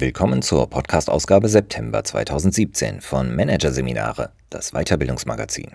Willkommen zur Podcast-Ausgabe September 2017 von Managerseminare, das Weiterbildungsmagazin.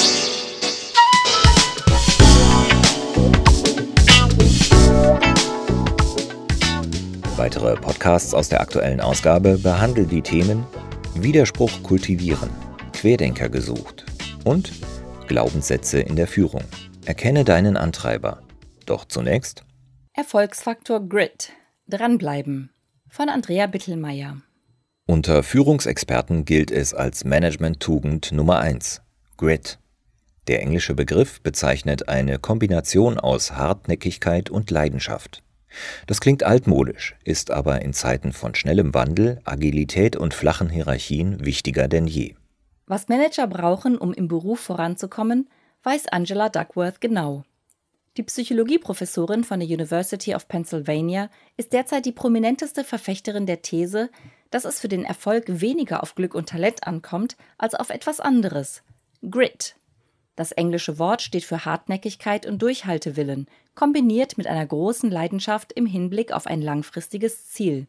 Weitere Podcasts aus der aktuellen Ausgabe behandeln die Themen Widerspruch kultivieren, Querdenker gesucht und Glaubenssätze in der Führung. Erkenne deinen Antreiber. Doch zunächst Erfolgsfaktor Grit. Dranbleiben. Von Andrea Bittelmeier. Unter Führungsexperten gilt es als Management-Tugend Nummer 1, Grit. Der englische Begriff bezeichnet eine Kombination aus Hartnäckigkeit und Leidenschaft. Das klingt altmodisch, ist aber in Zeiten von schnellem Wandel, Agilität und flachen Hierarchien wichtiger denn je. Was Manager brauchen, um im Beruf voranzukommen, weiß Angela Duckworth genau. Die Psychologieprofessorin von der University of Pennsylvania ist derzeit die prominenteste Verfechterin der These, dass es für den Erfolg weniger auf Glück und Talent ankommt, als auf etwas anderes: Grit. Das englische Wort steht für Hartnäckigkeit und Durchhaltewillen, kombiniert mit einer großen Leidenschaft im Hinblick auf ein langfristiges Ziel.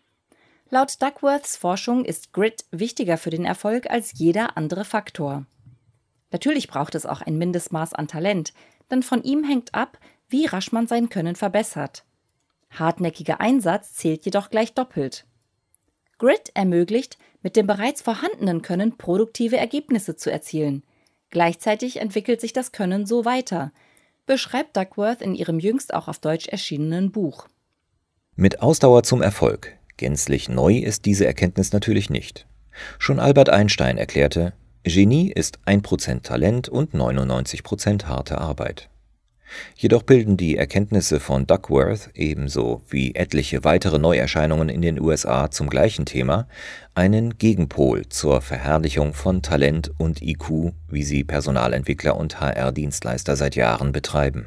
Laut Duckworths Forschung ist Grit wichtiger für den Erfolg als jeder andere Faktor. Natürlich braucht es auch ein Mindestmaß an Talent, denn von ihm hängt ab, wie rasch man sein Können verbessert. Hartnäckiger Einsatz zählt jedoch gleich doppelt. Grit ermöglicht, mit dem bereits vorhandenen Können produktive Ergebnisse zu erzielen. Gleichzeitig entwickelt sich das Können so weiter, beschreibt Duckworth in ihrem jüngst auch auf Deutsch erschienenen Buch. Mit Ausdauer zum Erfolg. Gänzlich neu ist diese Erkenntnis natürlich nicht. Schon Albert Einstein erklärte: Genie ist 1% Talent und 99% harte Arbeit. Jedoch bilden die Erkenntnisse von Duckworth, ebenso wie etliche weitere Neuerscheinungen in den USA zum gleichen Thema, einen Gegenpol zur Verherrlichung von Talent und IQ, wie sie Personalentwickler und HR-Dienstleister seit Jahren betreiben.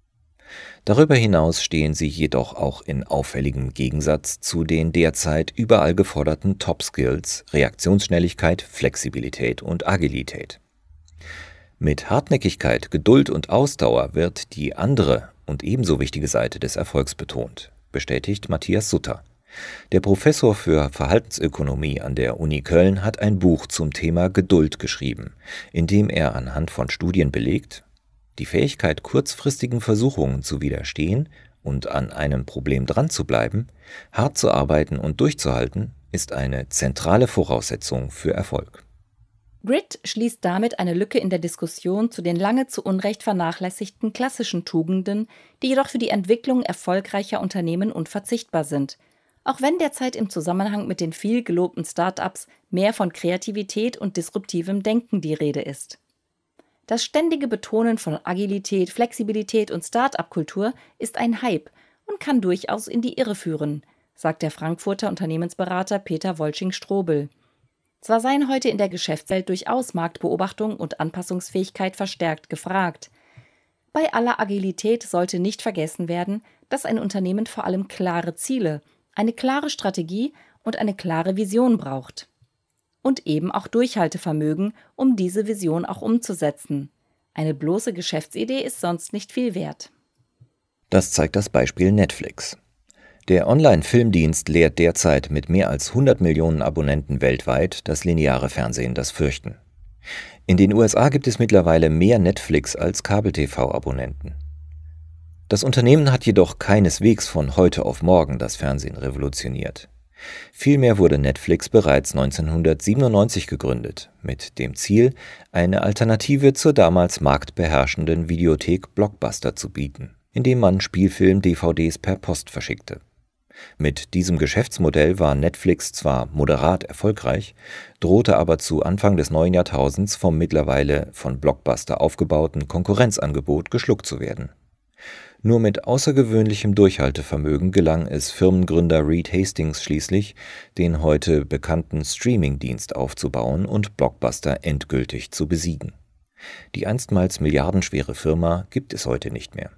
Darüber hinaus stehen sie jedoch auch in auffälligem Gegensatz zu den derzeit überall geforderten Top-Skills Reaktionsschnelligkeit, Flexibilität und Agilität. Mit Hartnäckigkeit, Geduld und Ausdauer wird die andere und ebenso wichtige Seite des Erfolgs betont, bestätigt Matthias Sutter. Der Professor für Verhaltensökonomie an der Uni Köln hat ein Buch zum Thema Geduld geschrieben, in dem er anhand von Studien belegt: Die Fähigkeit, kurzfristigen Versuchungen zu widerstehen und an einem Problem dran zu bleiben, hart zu arbeiten und durchzuhalten, ist eine zentrale Voraussetzung für Erfolg. Grit schließt damit eine Lücke in der Diskussion zu den lange zu Unrecht vernachlässigten klassischen Tugenden, die jedoch für die Entwicklung erfolgreicher Unternehmen unverzichtbar sind. Auch wenn derzeit im Zusammenhang mit den viel gelobten Start-ups mehr von Kreativität und disruptivem Denken die Rede ist. Das ständige Betonen von Agilität, Flexibilität und Start-up-Kultur ist ein Hype und kann durchaus in die Irre führen, sagt der Frankfurter Unternehmensberater Peter Wolsching-Strobel. Zwar seien heute in der Geschäftswelt durchaus Marktbeobachtung und Anpassungsfähigkeit verstärkt gefragt. Bei aller Agilität sollte nicht vergessen werden, dass ein Unternehmen vor allem klare Ziele, eine klare Strategie und eine klare Vision braucht. Und eben auch Durchhaltevermögen, um diese Vision auch umzusetzen. Eine bloße Geschäftsidee ist sonst nicht viel wert. Das zeigt das Beispiel Netflix. Der Online-Filmdienst lehrt derzeit mit mehr als 100 Millionen Abonnenten weltweit das lineare Fernsehen das Fürchten. In den USA gibt es mittlerweile mehr Netflix als Kabel-TV-Abonnenten. Das Unternehmen hat jedoch keineswegs von heute auf morgen das Fernsehen revolutioniert. Vielmehr wurde Netflix bereits 1997 gegründet, mit dem Ziel, eine Alternative zur damals marktbeherrschenden Videothek Blockbuster zu bieten, indem man Spielfilm-DVDs per Post verschickte. Mit diesem Geschäftsmodell war Netflix zwar moderat erfolgreich, drohte aber zu Anfang des neuen Jahrtausends vom mittlerweile von Blockbuster aufgebauten Konkurrenzangebot geschluckt zu werden. Nur mit außergewöhnlichem Durchhaltevermögen gelang es Firmengründer Reed Hastings schließlich, den heute bekannten Streaming-Dienst aufzubauen und Blockbuster endgültig zu besiegen. Die einstmals milliardenschwere Firma gibt es heute nicht mehr.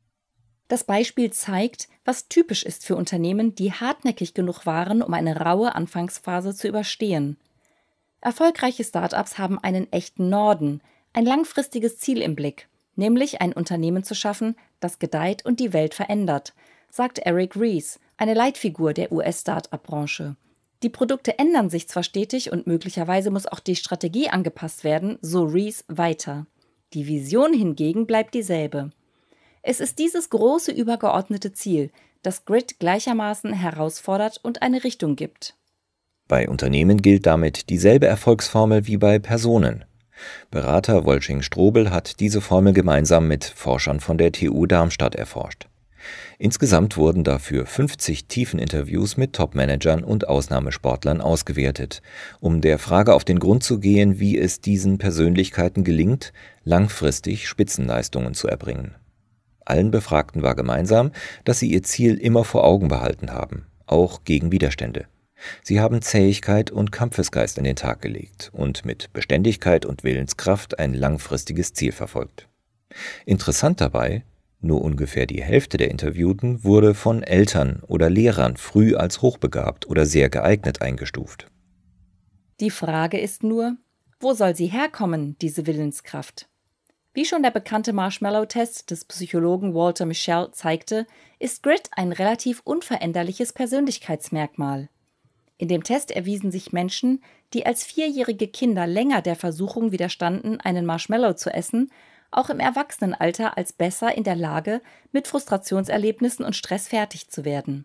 Das Beispiel zeigt, was typisch ist für Unternehmen, die hartnäckig genug waren, um eine raue Anfangsphase zu überstehen. Erfolgreiche Start-ups haben einen echten Norden, ein langfristiges Ziel im Blick, nämlich ein Unternehmen zu schaffen, das gedeiht und die Welt verändert, sagt Eric Ries, eine Leitfigur der US-Start-up-Branche. Die Produkte ändern sich zwar stetig und möglicherweise muss auch die Strategie angepasst werden, so Rees weiter. Die Vision hingegen bleibt dieselbe. Es ist dieses große übergeordnete Ziel, das Grit gleichermaßen herausfordert und eine Richtung gibt. Bei Unternehmen gilt damit dieselbe Erfolgsformel wie bei Personen. Berater Wolfgang Strobel hat diese Formel gemeinsam mit Forschern von der TU Darmstadt erforscht. Insgesamt wurden dafür 50 Tiefeninterviews mit Top-Managern und Ausnahmesportlern ausgewertet, um der Frage auf den Grund zu gehen, wie es diesen Persönlichkeiten gelingt, langfristig Spitzenleistungen zu erbringen. Allen Befragten war gemeinsam, dass sie ihr Ziel immer vor Augen behalten haben, auch gegen Widerstände. Sie haben Zähigkeit und Kampfesgeist an den Tag gelegt und mit Beständigkeit und Willenskraft ein langfristiges Ziel verfolgt. Interessant dabei: Nur ungefähr die Hälfte der Interviewten wurde von Eltern oder Lehrern früh als hochbegabt oder sehr geeignet eingestuft. Die Frage ist nur, wo soll sie herkommen, diese Willenskraft? Wie schon der bekannte Marshmallow-Test des Psychologen Walter Mischel zeigte, ist Grit ein relativ unveränderliches Persönlichkeitsmerkmal. In dem Test erwiesen sich Menschen, die als 4-jährige Kinder länger der Versuchung widerstanden, einen Marshmallow zu essen, auch im Erwachsenenalter als besser in der Lage, mit Frustrationserlebnissen und Stress fertig zu werden.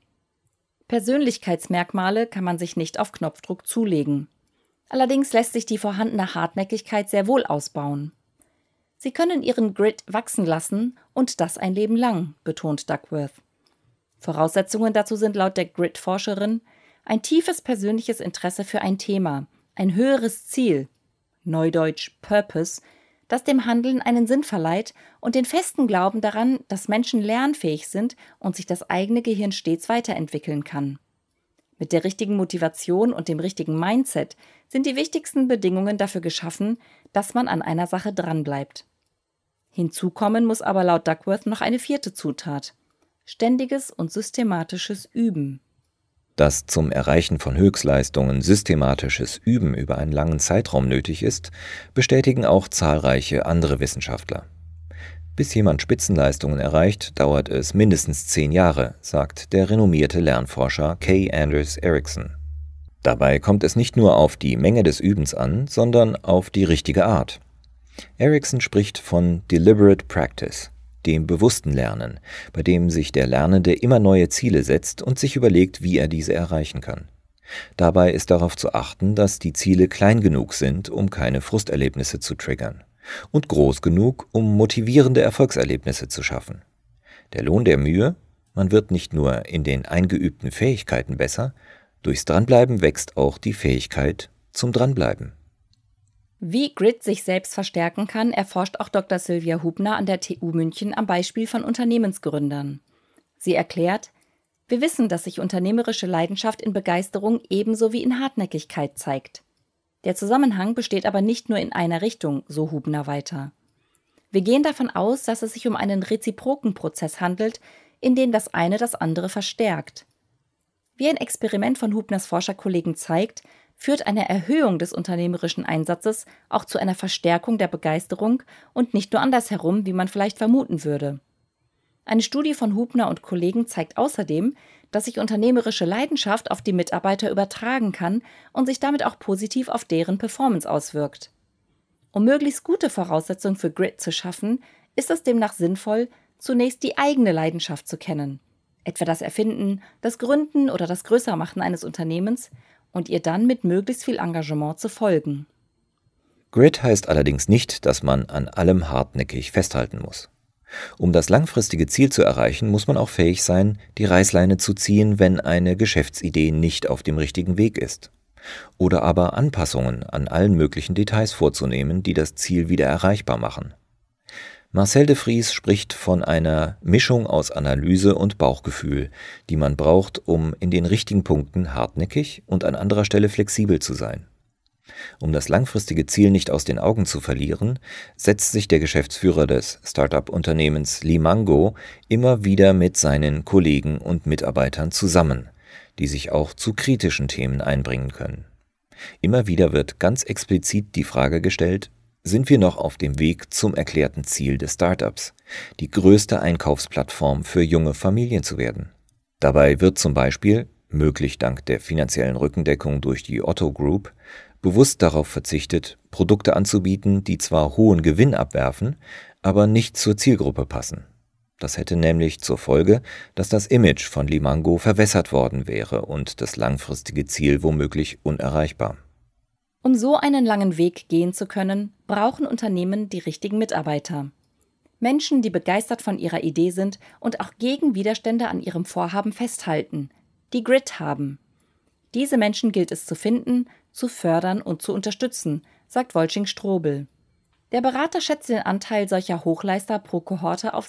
Persönlichkeitsmerkmale kann man sich nicht auf Knopfdruck zulegen. Allerdings lässt sich die vorhandene Hartnäckigkeit sehr wohl ausbauen. Sie können ihren Grit wachsen lassen und das ein Leben lang, betont Duckworth. Voraussetzungen dazu sind laut der Grit-Forscherin ein tiefes persönliches Interesse für ein Thema, ein höheres Ziel, neudeutsch Purpose, das dem Handeln einen Sinn verleiht und den festen Glauben daran, dass Menschen lernfähig sind und sich das eigene Gehirn stets weiterentwickeln kann. Mit der richtigen Motivation und dem richtigen Mindset sind die wichtigsten Bedingungen dafür geschaffen, dass man an einer Sache dranbleibt. Hinzukommen muss aber laut Duckworth noch eine 4. Zutat: ständiges und systematisches Üben. Dass zum Erreichen von Höchstleistungen systematisches Üben über einen langen Zeitraum nötig ist, bestätigen auch zahlreiche andere Wissenschaftler. Bis jemand Spitzenleistungen erreicht, dauert es mindestens 10 Jahre, sagt der renommierte Lernforscher Kay Anders Ericsson. Dabei kommt es nicht nur auf die Menge des Übens an, sondern auf die richtige Art. Ericsson spricht von Deliberate Practice, dem bewussten Lernen, bei dem sich der Lernende immer neue Ziele setzt und sich überlegt, wie er diese erreichen kann. Dabei ist darauf zu achten, dass die Ziele klein genug sind, um keine Frusterlebnisse zu triggern, und groß genug, um motivierende Erfolgserlebnisse zu schaffen. Der Lohn der Mühe: Man wird nicht nur in den eingeübten Fähigkeiten besser, durchs Dranbleiben wächst auch die Fähigkeit zum Dranbleiben. Wie Grit sich selbst verstärken kann, erforscht auch Dr. Sylvia Hubner an der TU München am Beispiel von Unternehmensgründern. Sie erklärt: Wir wissen, dass sich unternehmerische Leidenschaft in Begeisterung ebenso wie in Hartnäckigkeit zeigt. Der Zusammenhang besteht aber nicht nur in einer Richtung, so Hubner weiter. Wir gehen davon aus, dass es sich um einen reziproken Prozess handelt, in dem das eine das andere verstärkt. Wie ein Experiment von Hubners Forscherkollegen zeigt, führt eine Erhöhung des unternehmerischen Einsatzes auch zu einer Verstärkung der Begeisterung und nicht nur andersherum, wie man vielleicht vermuten würde. Eine Studie von Hubner und Kollegen zeigt außerdem, dass sich unternehmerische Leidenschaft auf die Mitarbeiter übertragen kann und sich damit auch positiv auf deren Performance auswirkt. Um möglichst gute Voraussetzungen für Grit zu schaffen, ist es demnach sinnvoll, zunächst die eigene Leidenschaft zu kennen, etwa das Erfinden, das Gründen oder das Größermachen eines Unternehmens, und ihr dann mit möglichst viel Engagement zu folgen. Grit heißt allerdings nicht, dass man an allem hartnäckig festhalten muss. Um das langfristige Ziel zu erreichen, muss man auch fähig sein, die Reißleine zu ziehen, wenn eine Geschäftsidee nicht auf dem richtigen Weg ist. Oder aber Anpassungen an allen möglichen Details vorzunehmen, die das Ziel wieder erreichbar machen. Marcel de Vries spricht von einer Mischung aus Analyse und Bauchgefühl, die man braucht, um in den richtigen Punkten hartnäckig und an anderer Stelle flexibel zu sein. Um das langfristige Ziel nicht aus den Augen zu verlieren, setzt sich der Geschäftsführer des Start-up-Unternehmens Limango immer wieder mit seinen Kollegen und Mitarbeitern zusammen, die sich auch zu kritischen Themen einbringen können. Immer wieder wird ganz explizit die Frage gestellt: Sind wir noch auf dem Weg zum erklärten Ziel des Startups, die größte Einkaufsplattform für junge Familien zu werden? Dabei wird zum Beispiel, möglich dank der finanziellen Rückendeckung durch die Otto Group, bewusst darauf verzichtet, Produkte anzubieten, die zwar hohen Gewinn abwerfen, aber nicht zur Zielgruppe passen. Das hätte nämlich zur Folge, dass das Image von Limango verwässert worden wäre und das langfristige Ziel womöglich unerreichbar. Um so einen langen Weg gehen zu können, brauchen Unternehmen die richtigen Mitarbeiter. Menschen, die begeistert von ihrer Idee sind und auch gegen Widerstände an ihrem Vorhaben festhalten, die Grit haben. Diese Menschen gilt es zu finden, zu fördern und zu unterstützen, sagt Wolfgang Strobel. Der Berater schätzt den Anteil solcher Hochleister pro Kohorte auf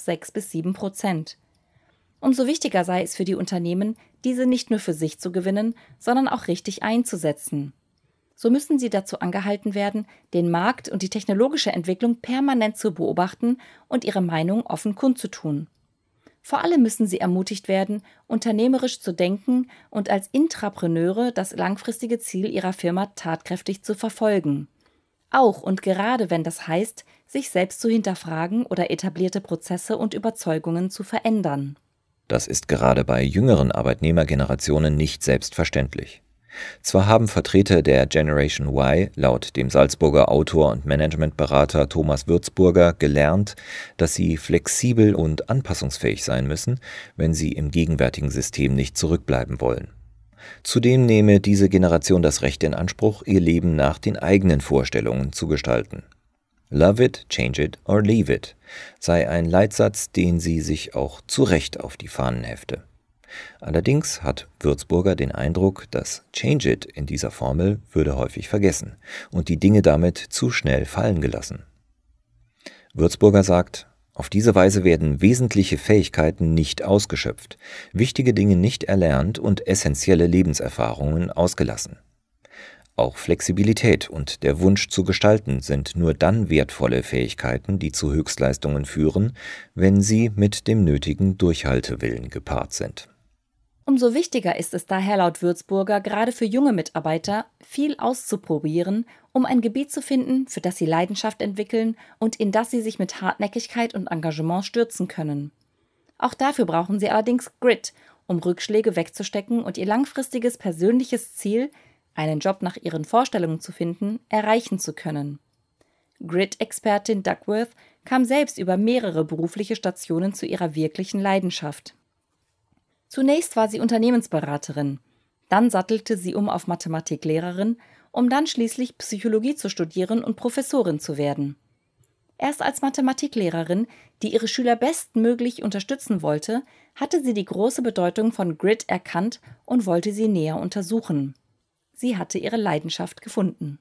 6-7%. Umso wichtiger sei es für die Unternehmen, diese nicht nur für sich zu gewinnen, sondern auch richtig einzusetzen. So müssen sie dazu angehalten werden, den Markt und die technologische Entwicklung permanent zu beobachten und ihre Meinung offen kundzutun. Vor allem müssen sie ermutigt werden, unternehmerisch zu denken und als Intrapreneure das langfristige Ziel ihrer Firma tatkräftig zu verfolgen. Auch und gerade wenn das heißt, sich selbst zu hinterfragen oder etablierte Prozesse und Überzeugungen zu verändern. Das ist gerade bei jüngeren Arbeitnehmergenerationen nicht selbstverständlich. Zwar haben Vertreter der Generation Y laut dem Salzburger Autor und Managementberater Thomas Würzburger gelernt, dass sie flexibel und anpassungsfähig sein müssen, wenn sie im gegenwärtigen System nicht zurückbleiben wollen. Zudem nehme diese Generation das Recht in Anspruch, ihr Leben nach den eigenen Vorstellungen zu gestalten. Love it, change it or leave it sei ein Leitsatz, den sie sich auch zu Recht auf die Fahnen hefte. Allerdings hat Würzburger den Eindruck, das Change it in dieser Formel würde häufig vergessen und die Dinge damit zu schnell fallen gelassen. Würzburger sagt, auf diese Weise werden wesentliche Fähigkeiten nicht ausgeschöpft, wichtige Dinge nicht erlernt und essentielle Lebenserfahrungen ausgelassen. Auch Flexibilität und der Wunsch zu gestalten sind nur dann wertvolle Fähigkeiten, die zu Höchstleistungen führen, wenn sie mit dem nötigen Durchhaltewillen gepaart sind. Umso wichtiger ist es daher laut Würzburger, gerade für junge Mitarbeiter, viel auszuprobieren, um ein Gebiet zu finden, für das sie Leidenschaft entwickeln und in das sie sich mit Hartnäckigkeit und Engagement stürzen können. Auch dafür brauchen sie allerdings Grit, um Rückschläge wegzustecken und ihr langfristiges persönliches Ziel, einen Job nach ihren Vorstellungen zu finden, erreichen zu können. Grit-Expertin Duckworth kam selbst über mehrere berufliche Stationen zu ihrer wirklichen Leidenschaft. Zunächst war sie Unternehmensberaterin, dann sattelte sie um auf Mathematiklehrerin, um dann schließlich Psychologie zu studieren und Professorin zu werden. Erst als Mathematiklehrerin, die ihre Schüler bestmöglich unterstützen wollte, hatte sie die große Bedeutung von Grit erkannt und wollte sie näher untersuchen. Sie hatte ihre Leidenschaft gefunden.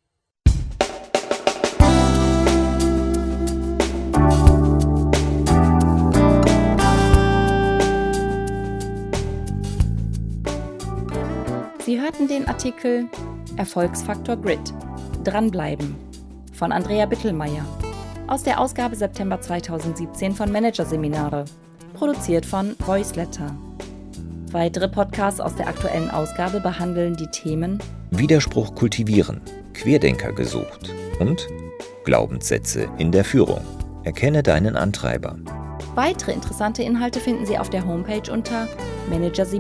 Sie hörten den Artikel Erfolgsfaktor Grit – Dranbleiben von Andrea Bittelmeier aus der Ausgabe September 2017 von Managerseminare, produziert von Voiceletter. Weitere Podcasts aus der aktuellen Ausgabe behandeln die Themen Widerspruch kultivieren, Querdenker gesucht und Glaubenssätze in der Führung. Erkenne deinen Antreiber. Weitere interessante Inhalte finden Sie auf der Homepage unter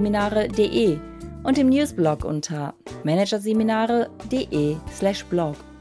managerseminare.de und im Newsblog unter managerseminare.de/blog.